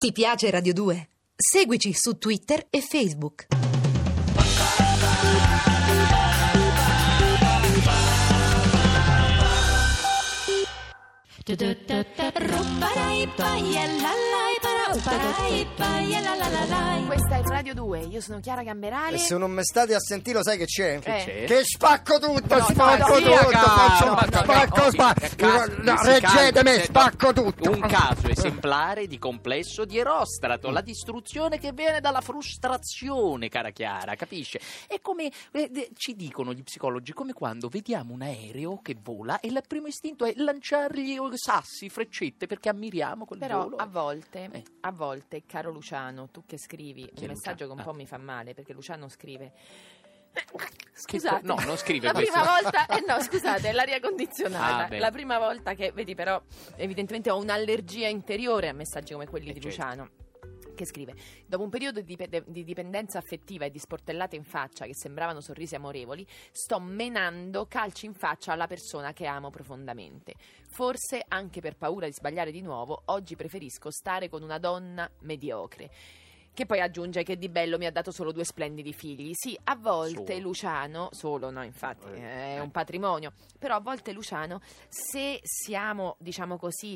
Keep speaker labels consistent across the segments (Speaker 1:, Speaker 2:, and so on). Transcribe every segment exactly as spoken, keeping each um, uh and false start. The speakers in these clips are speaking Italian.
Speaker 1: Ti piace Radio due? Seguici su Twitter e Facebook.
Speaker 2: Questa è Radio due, io sono Chiara Gamberale.
Speaker 3: E se non mi state a sentire, lo sai che c'è?
Speaker 2: Che c'è?
Speaker 3: Che spacco tutto,
Speaker 2: No,
Speaker 3: spacco
Speaker 2: no,
Speaker 3: tutto,
Speaker 2: sì,
Speaker 3: faccio
Speaker 2: no, no,
Speaker 3: spacco,
Speaker 2: no,
Speaker 3: spacco, no, reggetemi, spacco tutto.
Speaker 4: Un caso esemplare di complesso di Erostrato, la distruzione che viene dalla frustrazione, cara Chiara, capisce? È come, eh, ci dicono gli psicologi, come quando vediamo un aereo che vola e il primo istinto è lanciargli sassi, freccette, perché ammiriamo quel
Speaker 2: Però
Speaker 4: volo.
Speaker 2: a volte,
Speaker 4: Eh.
Speaker 2: a volte, caro Luciano, tu che scrivi
Speaker 4: Chi
Speaker 2: un
Speaker 4: è
Speaker 2: messaggio
Speaker 4: Luciano?
Speaker 2: che un po'
Speaker 4: Ah.
Speaker 2: mi fa male, perché Luciano scrive...
Speaker 4: Che-
Speaker 2: Scusate,
Speaker 4: no, non scrive
Speaker 2: la
Speaker 4: questo.
Speaker 2: prima volta, eh no, scusate, è l'aria condizionata.
Speaker 4: Ah, beh.
Speaker 2: la prima volta che, vedi, però, evidentemente ho un'allergia interiore a messaggi come quelli
Speaker 4: Eh,
Speaker 2: di
Speaker 4: certo.
Speaker 2: Luciano. Che scrive: dopo un periodo di, dip- di dipendenza affettiva e di sportellate in faccia che sembravano sorrisi amorevoli, sto menando calci in faccia alla persona che amo profondamente. Forse anche per paura di sbagliare di nuovo, oggi preferisco stare con una donna mediocre. Che poi aggiunge che di bello mi ha dato solo due splendidi figli. Sì, a volte
Speaker 4: Solo.
Speaker 2: Luciano, solo no, infatti
Speaker 4: Eh,
Speaker 2: è
Speaker 4: eh.
Speaker 2: un patrimonio, però a volte Luciano, se siamo, diciamo così,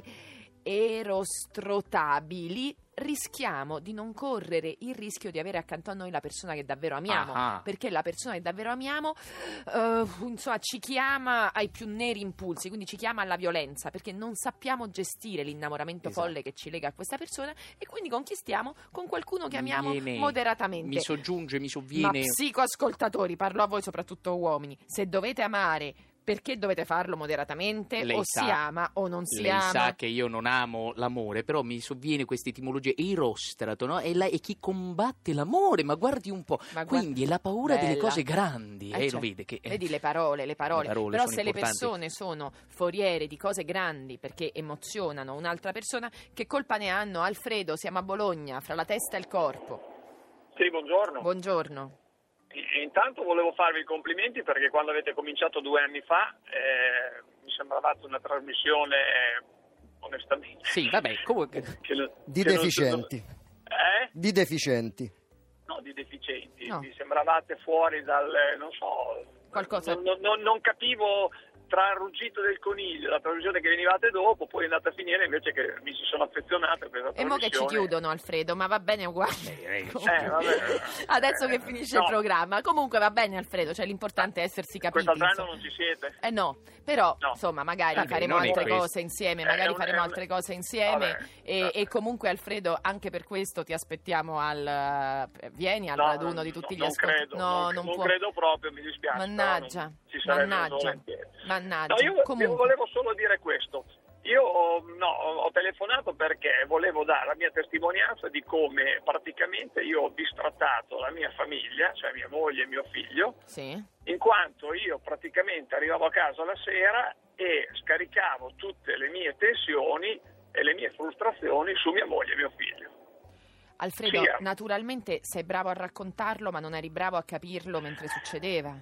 Speaker 2: erostrotabili, rischiamo di non correre il rischio di avere accanto a noi la persona che davvero amiamo,
Speaker 4: Ah.
Speaker 2: perché la persona che davvero amiamo eh, insomma ci chiama ai più neri impulsi, quindi ci chiama alla violenza, perché non sappiamo gestire l'innamoramento
Speaker 4: Esatto.
Speaker 2: folle che ci lega a questa persona e quindi conquistiamo con qualcuno che amiamo
Speaker 4: Viene-
Speaker 2: moderatamente.
Speaker 4: Mi soggiunge, mi
Speaker 2: Ma
Speaker 4: sovviene.
Speaker 2: psicoascoltatori, parlo a voi soprattutto uomini, se dovete amare, perché dovete farlo moderatamente?
Speaker 4: Lei
Speaker 2: o
Speaker 4: sa-
Speaker 2: si ama o non si
Speaker 4: Lei
Speaker 2: ama?
Speaker 4: sa che io non amo l'amore, però mi sovviene questa etimologia erostrato, no? E, la- e chi combatte l'amore, ma guardi un po'.
Speaker 2: Ma guarda-
Speaker 4: Quindi è la paura delle
Speaker 2: Bella.
Speaker 4: cose grandi,
Speaker 2: Eh,
Speaker 4: eh,
Speaker 2: certo.
Speaker 4: lo vede che... eh,
Speaker 2: Vedi le parole, le parole.
Speaker 4: Le parole
Speaker 2: Però
Speaker 4: sono
Speaker 2: se le
Speaker 4: importanti.
Speaker 2: persone sono foriere di cose grandi perché emozionano un'altra persona, che colpa ne hanno? Alfredo, siamo a Bologna, fra la testa e il corpo.
Speaker 5: Sì, buongiorno.
Speaker 2: Buongiorno.
Speaker 5: E- Intanto volevo farvi i complimenti perché quando avete cominciato due anni fa eh, mi sembravate una trasmissione, eh, onestamente...
Speaker 4: Sì, vabbè, comunque...
Speaker 5: che non-
Speaker 3: Di
Speaker 5: che non-
Speaker 3: deficienti.
Speaker 5: Eh?
Speaker 3: Di deficienti.
Speaker 5: No, di deficienti.
Speaker 2: No.
Speaker 5: Mi sembravate fuori dal... non so...
Speaker 2: Qualcosa-
Speaker 5: Non, non- non- non capivo tra il ruggito del coniglio e la trasmissione che venivate dopo, poi è andata a finire invece che mi si sono affezionato a questa
Speaker 2: E mo che ci
Speaker 5: trasmissione.
Speaker 2: chiudono, Alfredo, ma va bene uguale.
Speaker 4: Eh, eh,
Speaker 5: Eh, vabbè.
Speaker 2: Adesso che finisce
Speaker 5: No.
Speaker 2: il programma. Comunque va bene, Alfredo, cioè l'importante è essersi capiti.
Speaker 5: Quest'altro anno
Speaker 2: insomma.
Speaker 5: non ci siete.
Speaker 2: Eh no, però
Speaker 5: No.
Speaker 2: insomma magari
Speaker 4: Vabbè,
Speaker 2: faremo
Speaker 4: non è
Speaker 2: altre
Speaker 4: questo.
Speaker 2: cose insieme,
Speaker 5: Eh,
Speaker 2: magari
Speaker 5: è un-
Speaker 2: faremo
Speaker 5: è un-
Speaker 2: altre cose insieme
Speaker 5: Vabbè,
Speaker 2: e,
Speaker 5: vabbè.
Speaker 2: e comunque Alfredo anche per questo ti aspettiamo al eh, vieni al
Speaker 5: No,
Speaker 2: raduno di tutti
Speaker 5: no,
Speaker 2: gli
Speaker 5: non
Speaker 2: ascolti.
Speaker 5: credo,
Speaker 2: No,
Speaker 5: non,
Speaker 2: non
Speaker 5: non
Speaker 2: può.
Speaker 5: credo proprio, mi dispiace.
Speaker 2: Mannaggia,
Speaker 5: però non ci sarebbe
Speaker 2: mannaggia,
Speaker 5: volentieri.
Speaker 2: mannaggia.
Speaker 5: No, io, io
Speaker 2: Comunque.
Speaker 5: volevo solo dire questo. Io ho, no, ho telefonato perché volevo dare la mia testimonianza di come praticamente io ho distrattato la mia famiglia, cioè mia moglie e mio figlio,
Speaker 2: Sì.
Speaker 5: in quanto io praticamente arrivavo a casa la sera e scaricavo tutte le mie tensioni e le mie frustrazioni su mia moglie e mio figlio.
Speaker 2: Alfredo,
Speaker 5: Sì, eh.
Speaker 2: naturalmente sei bravo a raccontarlo, ma non eri bravo a capirlo mentre succedeva.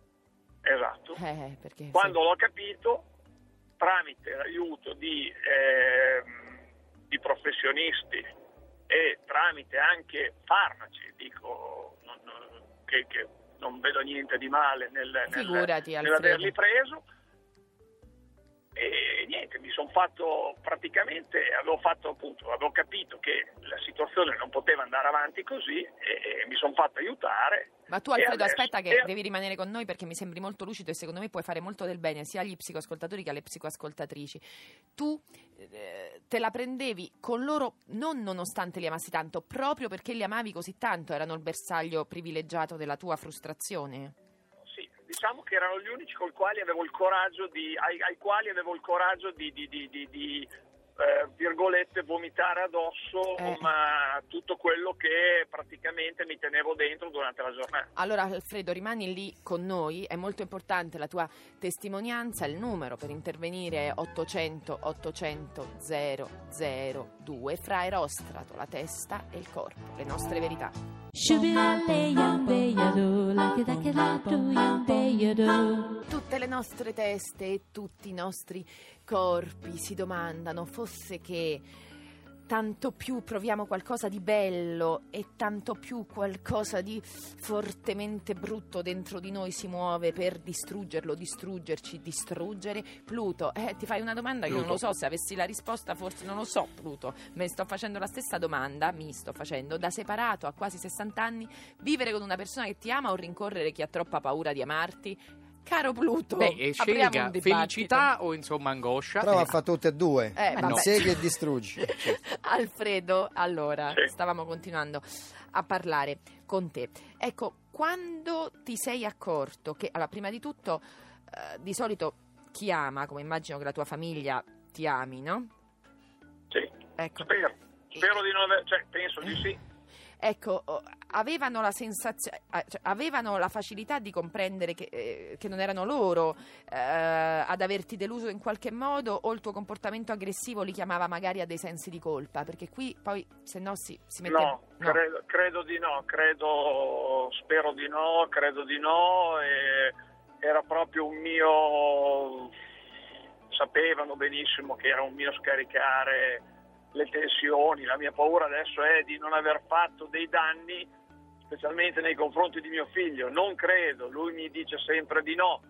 Speaker 5: Esatto.
Speaker 2: Eh, perché
Speaker 5: Quando l'ho capito, tramite l'aiuto di, ehm, di professionisti e tramite anche farmaci, dico non, non- che, che non vedo niente di male nel, nel,
Speaker 2: Figurati,
Speaker 5: nell'averli
Speaker 2: Alfredo.
Speaker 5: preso, e niente, mi sono fatto praticamente, avevo fatto appunto, avevo capito che la situazione non poteva andare avanti così e, e mi sono fatto aiutare.
Speaker 2: Ma tu
Speaker 5: E
Speaker 2: Alfredo
Speaker 5: adesso-
Speaker 2: aspetta che
Speaker 5: e-
Speaker 2: devi rimanere con noi perché mi sembri molto lucido e secondo me puoi fare molto del bene sia agli psicoascoltatori che alle psicoascoltatrici. Tu eh, te la prendevi con loro non nonostante li amassi tanto, proprio perché li amavi così tanto, erano il bersaglio privilegiato della tua frustrazione.
Speaker 5: Sì, diciamo che erano gli unici col quali avevo il coraggio di, ai, ai quali avevo il coraggio di, di, di, di, di eh, virgolette, vomitare addosso,
Speaker 2: Eh.
Speaker 5: ma tutto quello che praticamente mi tenevo dentro durante la giornata.
Speaker 2: Allora Alfredo rimani lì con noi, è molto importante la tua testimonianza, il numero per intervenire è ottocento ottocento zero zero due, fra Erostrato, la testa e il corpo, le nostre verità. Tutte le nostre teste e tutti i nostri corpi si domandano, fosse che tanto più proviamo qualcosa di bello e tanto più qualcosa di fortemente brutto dentro di noi si muove per distruggerlo, distruggerci, distruggere. Pluto, eh, ti fai una domanda che
Speaker 4: Pluto.
Speaker 2: non lo so, se avessi la risposta forse non lo so, Pluto. Me sto facendo la stessa domanda, mi sto facendo, da separato a quasi sessanta anni, vivere con una persona che ti ama o rincorrere chi ha troppa paura di amarti? Caro Pluto,
Speaker 4: Beh,
Speaker 2: apriamo
Speaker 4: scelga
Speaker 2: un dibattito.
Speaker 4: felicità o insomma angoscia?
Speaker 3: Prova a
Speaker 4: Eh,
Speaker 3: fare tutte e due.
Speaker 2: Eh, vabbè.
Speaker 3: Insegui e distruggi.
Speaker 2: Alfredo, allora,
Speaker 5: Sì.
Speaker 2: stavamo continuando a parlare con te. Ecco, quando ti sei accorto che, allora, prima di tutto, eh, di solito chi ama, come immagino che la tua famiglia ti ami, no?
Speaker 5: Sì,
Speaker 2: Ecco.
Speaker 5: spero. Spero di non aver... cioè, penso di sì.
Speaker 2: Ecco, oh, avevano la sensazione, eh, cioè, avevano la facilità di comprendere che, eh, che non erano loro eh, ad averti deluso in qualche modo, o il tuo comportamento aggressivo li chiamava magari a dei sensi di colpa? Perché qui poi se no si, si mette...
Speaker 5: No, Credo, credo di no, credo, spero di no, credo di no, e era proprio un mio, sapevano benissimo che era un mio scaricare le tensioni. La mia paura adesso è di non aver fatto dei danni, specialmente nei confronti di mio figlio. Non credo, lui mi dice sempre di no,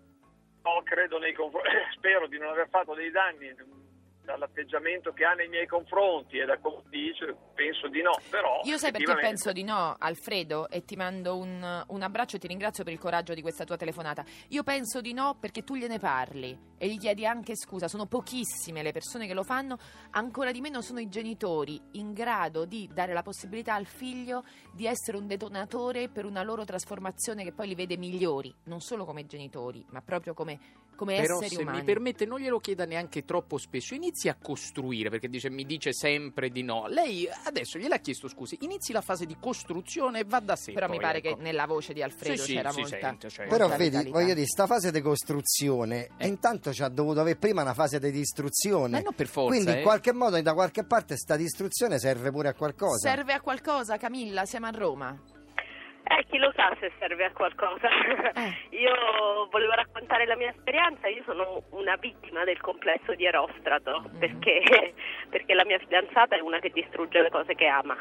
Speaker 5: no credo nei confronti, spero di non aver fatto dei danni dall'atteggiamento che ha nei miei confronti e da come dice, penso di no, però
Speaker 2: io sai perché
Speaker 5: effettivamente-
Speaker 2: penso di no, Alfredo, e ti mando un, un abbraccio e ti ringrazio per il coraggio di questa tua telefonata. Io penso di no perché tu gliene parli e gli chiedi anche scusa. Sono pochissime le persone che lo fanno, ancora di meno sono i genitori in grado di dare la possibilità al figlio di essere un detonatore per una loro trasformazione che poi li vede migliori, non solo come genitori, ma proprio come, come
Speaker 4: Però
Speaker 2: esseri
Speaker 4: se
Speaker 2: umani.
Speaker 4: mi permette, non glielo chieda neanche troppo spesso, inizi a costruire, perché dice mi dice sempre di no. Lei adesso gliel'ha chiesto scusi, inizi la fase di costruzione e va da sé.
Speaker 2: Però
Speaker 4: poi,
Speaker 2: mi pare
Speaker 4: ecco.
Speaker 2: che nella voce di Alfredo
Speaker 4: Sì, sì,
Speaker 2: c'era
Speaker 4: si
Speaker 2: molta,
Speaker 4: sente, cioè.
Speaker 2: molta
Speaker 3: Però vedi,
Speaker 2: vitalità.
Speaker 3: voglio dire, sta fase di costruzione
Speaker 4: Eh.
Speaker 3: intanto ci ha dovuto avere prima una fase di distruzione.
Speaker 4: Ma non per forza,
Speaker 3: Quindi
Speaker 4: eh.
Speaker 3: in qualche modo da qualche parte sta distruzione serve pure a qualcosa.
Speaker 2: Serve a qualcosa, Camilla? Siamo a Roma.
Speaker 6: Eh, chi lo sa se serve a qualcosa.
Speaker 2: Eh.
Speaker 6: Io volevo raccontare la mia esperienza. Io sono una vittima del complesso di Erostrato,
Speaker 2: Mm.
Speaker 6: perché, perché la mia fidanzata è una che distrugge le cose che ama.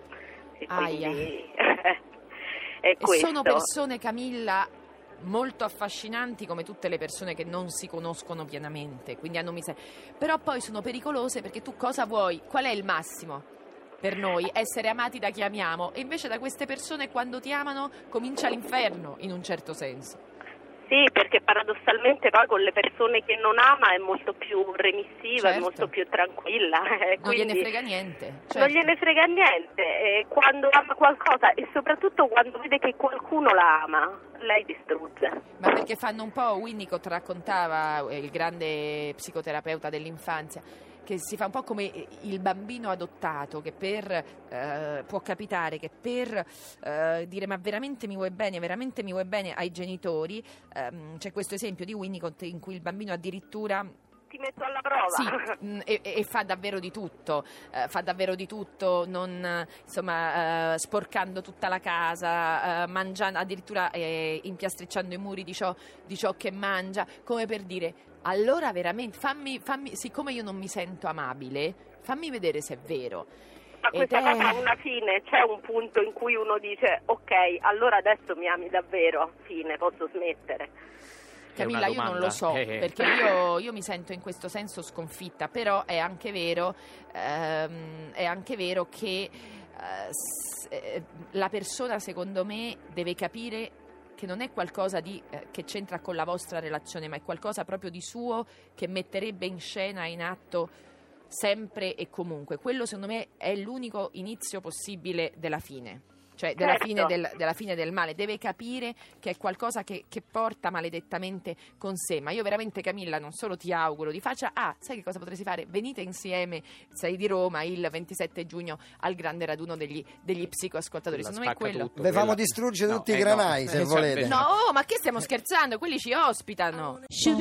Speaker 6: E
Speaker 2: Aia.
Speaker 6: quindi è
Speaker 2: E
Speaker 6: questo.
Speaker 2: sono persone, Camilla, molto affascinanti, come tutte le persone che non si conoscono pienamente, quindi hanno miseria. Però poi sono pericolose perché tu cosa vuoi? Qual è il massimo per noi? Essere amati da chi amiamo. E invece da queste persone, quando ti amano, comincia l'inferno, in un certo senso.
Speaker 6: Sì, perché paradossalmente poi con le persone che non ama è molto più remissiva,
Speaker 2: Certo.
Speaker 6: è molto più tranquilla. eh,
Speaker 2: Non gliene
Speaker 6: quindi
Speaker 2: frega niente.
Speaker 6: Non
Speaker 2: certo.
Speaker 6: gliene frega niente. E quando ama qualcosa e soprattutto quando vede che qualcuno la ama, lei distrugge.
Speaker 2: Ma perché fanno un po', Winnicott raccontava, eh, il grande psicoterapeuta dell'infanzia, che si fa un po' come il bambino adottato, che per eh, può capitare che per eh, dire ma veramente mi vuoi bene, veramente mi vuoi bene ai genitori, ehm, c'è questo esempio di Winnicott in cui il bambino addirittura
Speaker 6: Ti metto alla prova.
Speaker 2: sì, mh, e, e fa davvero di tutto, eh, fa davvero di tutto, non, eh, insomma, eh, sporcando tutta la casa, eh, mangiando, addirittura eh, impiastricciando i muri di ciò, di ciò che mangia, come per dire, allora veramente, fammi, fammi, siccome io non mi sento amabile, fammi vedere se è vero.
Speaker 6: Ma
Speaker 2: Ed
Speaker 6: questa
Speaker 2: è-
Speaker 6: cosa ha una fine, c'è un punto in cui uno dice ok, allora adesso mi ami davvero, fine, posso smettere.
Speaker 4: È una
Speaker 2: Camilla, io non
Speaker 4: domanda.
Speaker 2: lo so,
Speaker 4: Eh, eh.
Speaker 2: perché io, io mi sento in questo senso sconfitta, però è anche vero, ehm, è anche vero che eh, s- eh, la persona, secondo me, deve capire che non è qualcosa di, eh, che c'entra con la vostra relazione, ma è qualcosa proprio di suo che metterebbe in scena, in atto sempre e comunque. Quello, secondo me, è l'unico inizio possibile della fine. Cioè della,
Speaker 6: Certo.
Speaker 2: fine del, della fine del male, deve capire che è qualcosa che, che porta maledettamente con sé. Ma io veramente, Camilla, non solo ti auguro di faccia, ah, sai che cosa potresti fare? Venite insieme, sei di Roma, il ventisette giugno al grande raduno degli, degli psicoascoltatori.
Speaker 4: La
Speaker 2: Secondo me
Speaker 4: spacca
Speaker 2: quello...
Speaker 4: tutto,
Speaker 3: Vi famo
Speaker 4: quella-
Speaker 3: distruggere
Speaker 4: No,
Speaker 3: tutti
Speaker 4: eh,
Speaker 3: i granai
Speaker 4: no.
Speaker 3: se
Speaker 4: Eh,
Speaker 3: volete.
Speaker 4: cioè,
Speaker 2: No, ma che stiamo scherzando? Quelli ci ospitano.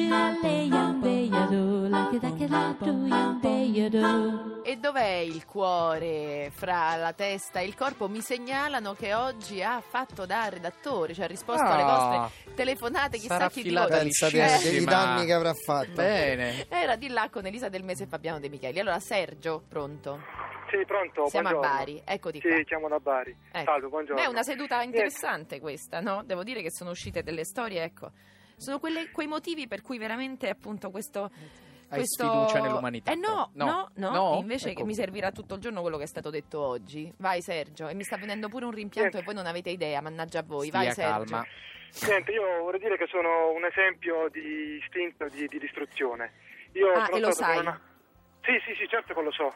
Speaker 2: E dov'è il cuore fra la testa e il corpo? Mi segnalano che oggi ha fatto da redattore, cioè ha risposto alle
Speaker 4: Ah,
Speaker 2: vostre telefonate, chissà
Speaker 4: sarà
Speaker 2: chi di
Speaker 4: filata
Speaker 2: voi.
Speaker 3: Pensa
Speaker 4: liscissima.
Speaker 3: dei dei danni che avrà fatto.
Speaker 4: Bene.
Speaker 2: Era di là con Elisa Del Mese e Fabiano De Micheli. Allora, Sergio, pronto?
Speaker 7: Sì, pronto,
Speaker 2: Siamo
Speaker 7: buongiorno.
Speaker 2: a Bari, eccoti
Speaker 7: Sì,
Speaker 2: qua.
Speaker 7: chiamo da Bari.
Speaker 2: Ecco.
Speaker 7: Salve, buongiorno.
Speaker 2: Beh, è una seduta interessante questa, no? Devo dire che sono uscite delle storie, ecco. Sono quelle- quei motivi per cui veramente appunto questo...
Speaker 4: Hai
Speaker 2: questo...
Speaker 4: sfiducia nell'umanità?
Speaker 2: Eh no,
Speaker 4: No.
Speaker 2: no, no,
Speaker 4: No?
Speaker 2: invece
Speaker 4: Ecco.
Speaker 2: che mi servirà tutto il giorno quello che è stato detto oggi. Vai Sergio, e mi sta venendo pure un rimpianto
Speaker 7: Niente.
Speaker 2: e voi non avete idea, mannaggia a voi.
Speaker 4: Stia
Speaker 2: Vai Sergio.
Speaker 4: calma.
Speaker 7: Niente, io vorrei dire che sono un esempio di istinto di, di distruzione. Io
Speaker 2: Ah,
Speaker 7: sono
Speaker 2: e lo
Speaker 7: stato con
Speaker 2: sai?
Speaker 7: Una... Sì, sì, sì, certo che lo so.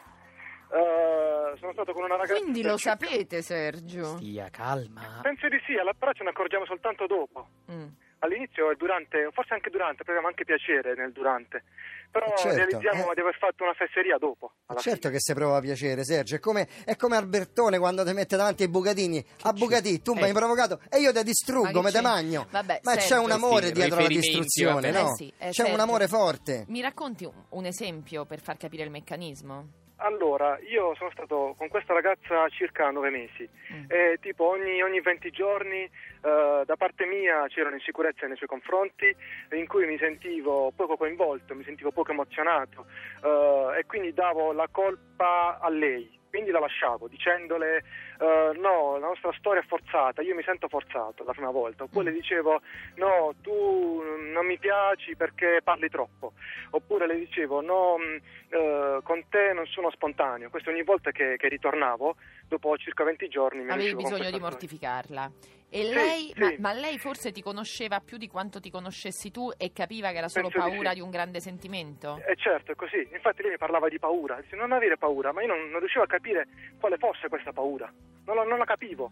Speaker 7: Eh, sono stato con una ragazza...
Speaker 2: Quindi lo sapete Sergio?
Speaker 4: Stia calma.
Speaker 7: Penso di sì, alla- però ce ne accorgiamo soltanto dopo.
Speaker 2: Mm.
Speaker 7: All'inizio e durante, forse anche durante, proviamo anche piacere nel durante. Però
Speaker 3: Certo,
Speaker 7: realizziamo
Speaker 3: eh.
Speaker 7: di aver fatto una fesseria dopo. alla
Speaker 3: Certo
Speaker 7: fine.
Speaker 3: che si prova piacere, Sergio. È come, è come Albertone quando ti mette davanti ai bucatini. A bucatì, tu mi hai
Speaker 4: Eh.
Speaker 3: provocato e io ti
Speaker 2: Ma
Speaker 3: distruggo,
Speaker 2: che
Speaker 3: me te
Speaker 2: c'è?
Speaker 3: magno.
Speaker 2: Vabbè,
Speaker 3: Ma c'è
Speaker 2: Sergio.
Speaker 3: un amore
Speaker 4: Questi
Speaker 3: dietro la
Speaker 4: riferimenti,
Speaker 3: distruzione,
Speaker 4: vabbè.
Speaker 3: no?
Speaker 2: Eh sì, eh,
Speaker 3: C'è
Speaker 2: Sergio.
Speaker 3: un amore forte.
Speaker 2: Mi racconti un, un esempio per far capire il meccanismo?
Speaker 7: Allora, io sono stato con questa ragazza circa nove mesi.
Speaker 2: Mm.
Speaker 7: E tipo ogni, ogni venti giorni eh, da parte mia c'erano insicurezze nei suoi confronti, in cui mi sentivo poco coinvolto, mi sentivo poco emozionato eh, e quindi davo la colpa a lei. Quindi la lasciavo dicendole eh, no, la nostra storia è forzata, io mi sento forzato la prima volta. Oppure le dicevo no, tu non mi piaci perché parli troppo. Oppure le dicevo no, mh, eh, con te non sono spontaneo. Questo ogni volta che, che ritornavo, dopo circa venti giorni mi
Speaker 2: Avevi
Speaker 7: riuscivo con
Speaker 2: bisogno di
Speaker 7: questa
Speaker 2: mortificarla. E
Speaker 7: Sì,
Speaker 2: lei,
Speaker 7: sì.
Speaker 2: Ma, ma lei forse ti conosceva più di quanto ti conoscessi tu e capiva che era solo
Speaker 7: Penso di
Speaker 2: paura
Speaker 7: sì.
Speaker 2: di un grande sentimento?
Speaker 7: Eh certo, è così. Infatti lei mi parlava di paura. Dice non avere paura, ma io non, non riuscivo a capire quale fosse questa paura. Non la, non la capivo.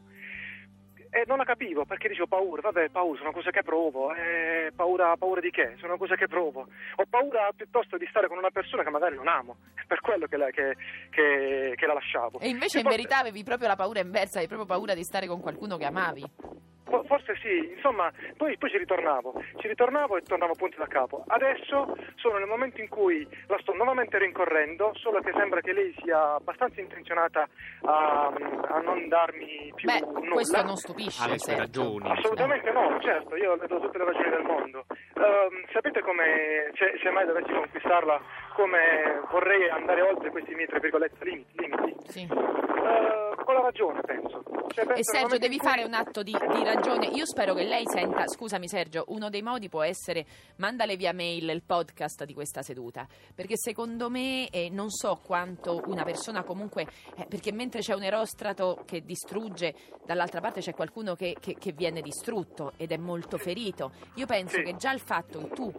Speaker 7: E non la capivo perché dicevo paura, vabbè, paura, sono cose che provo. Eh, paura, paura di che? Sono cose che provo. Ho paura piuttosto di stare con una persona che magari non amo. È per quello che la, che, che, che la lasciavo.
Speaker 2: E invece
Speaker 7: E
Speaker 2: in
Speaker 7: forse-
Speaker 2: verità avevi proprio la paura inversa, avevi proprio paura di stare con qualcuno che amavi.
Speaker 7: fo- Forse sì, insomma, poi, poi ci ritornavo, ci ritornavo e tornavo punto da capo. Adesso sono nel momento in cui la sto nuovamente rincorrendo, solo che sembra che lei sia abbastanza intenzionata a, a non darmi più
Speaker 2: Beh,
Speaker 7: nulla.
Speaker 2: questo non stupisce.
Speaker 4: Ha le sue
Speaker 2: Sergio.
Speaker 4: ragioni.
Speaker 7: Assolutamente no, certo, io le do tutte le ragioni del mondo. Ehm, sapete come, se, se mai dovessi conquistarla, come vorrei andare oltre questi miei, tra virgolette, limiti? limiti?
Speaker 2: Sì.
Speaker 7: Eh, con la ragione, penso. Cioè, penso
Speaker 2: E
Speaker 7: nel
Speaker 2: Sergio,
Speaker 7: momento
Speaker 2: devi
Speaker 7: in cui-
Speaker 2: fare un atto di, di ragione. Io spero che lei senta. Scusami, Sergio, uno dei modi può essere mandale via mail il podcast di questa seduta. Perché secondo me, eh, non so quanto una persona comunque. eh, perché mentre c'è un erostrato che distrugge, dall'altra parte c'è qualcuno che, che- che viene distrutto ed è molto ferito. Io penso
Speaker 7: Sì.
Speaker 2: che già il fatto che tu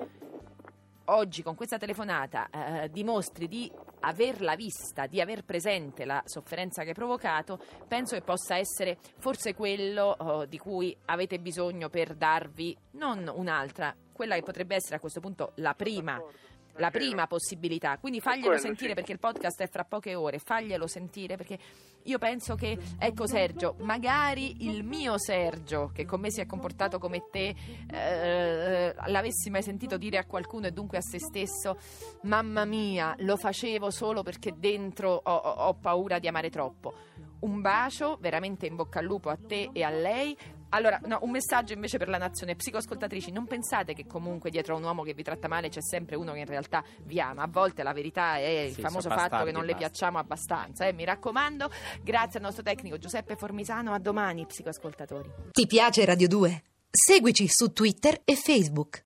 Speaker 2: oggi con questa telefonata eh, dimostri di averla vista, di aver presente la sofferenza che hai provocato, penso che possa essere forse quello oh, di cui avete bisogno per darvi non un'altra, quella che potrebbe essere a questo punto la prima.
Speaker 7: D'accordo.
Speaker 2: La
Speaker 7: È vero.
Speaker 2: prima possibilità, quindi faglielo
Speaker 7: quello,
Speaker 2: sentire
Speaker 7: sì.
Speaker 2: perché il podcast è fra poche ore, faglielo sentire perché io penso che, ecco Sergio, magari il mio Sergio che con me si è comportato come te, eh, l'avessi mai sentito dire a qualcuno e dunque a se stesso, mamma mia, lo facevo solo perché dentro ho, ho- ho paura di amare troppo. Un bacio, veramente in bocca al lupo a te e a lei. Allora, no, un messaggio invece per la nazione. Psicoascoltatrici, non pensate che comunque dietro a un uomo che vi tratta male c'è sempre uno che in realtà vi ama. A volte la verità è il
Speaker 4: Sì,
Speaker 2: famoso
Speaker 4: sono
Speaker 2: fatto
Speaker 4: bastardi,
Speaker 2: che non le
Speaker 4: basta.
Speaker 2: piacciamo abbastanza. Eh, mi raccomando, grazie al nostro tecnico Giuseppe Formisano. A domani, psicoascoltatori.
Speaker 1: Ti piace Radio due? Seguici su Twitter e Facebook.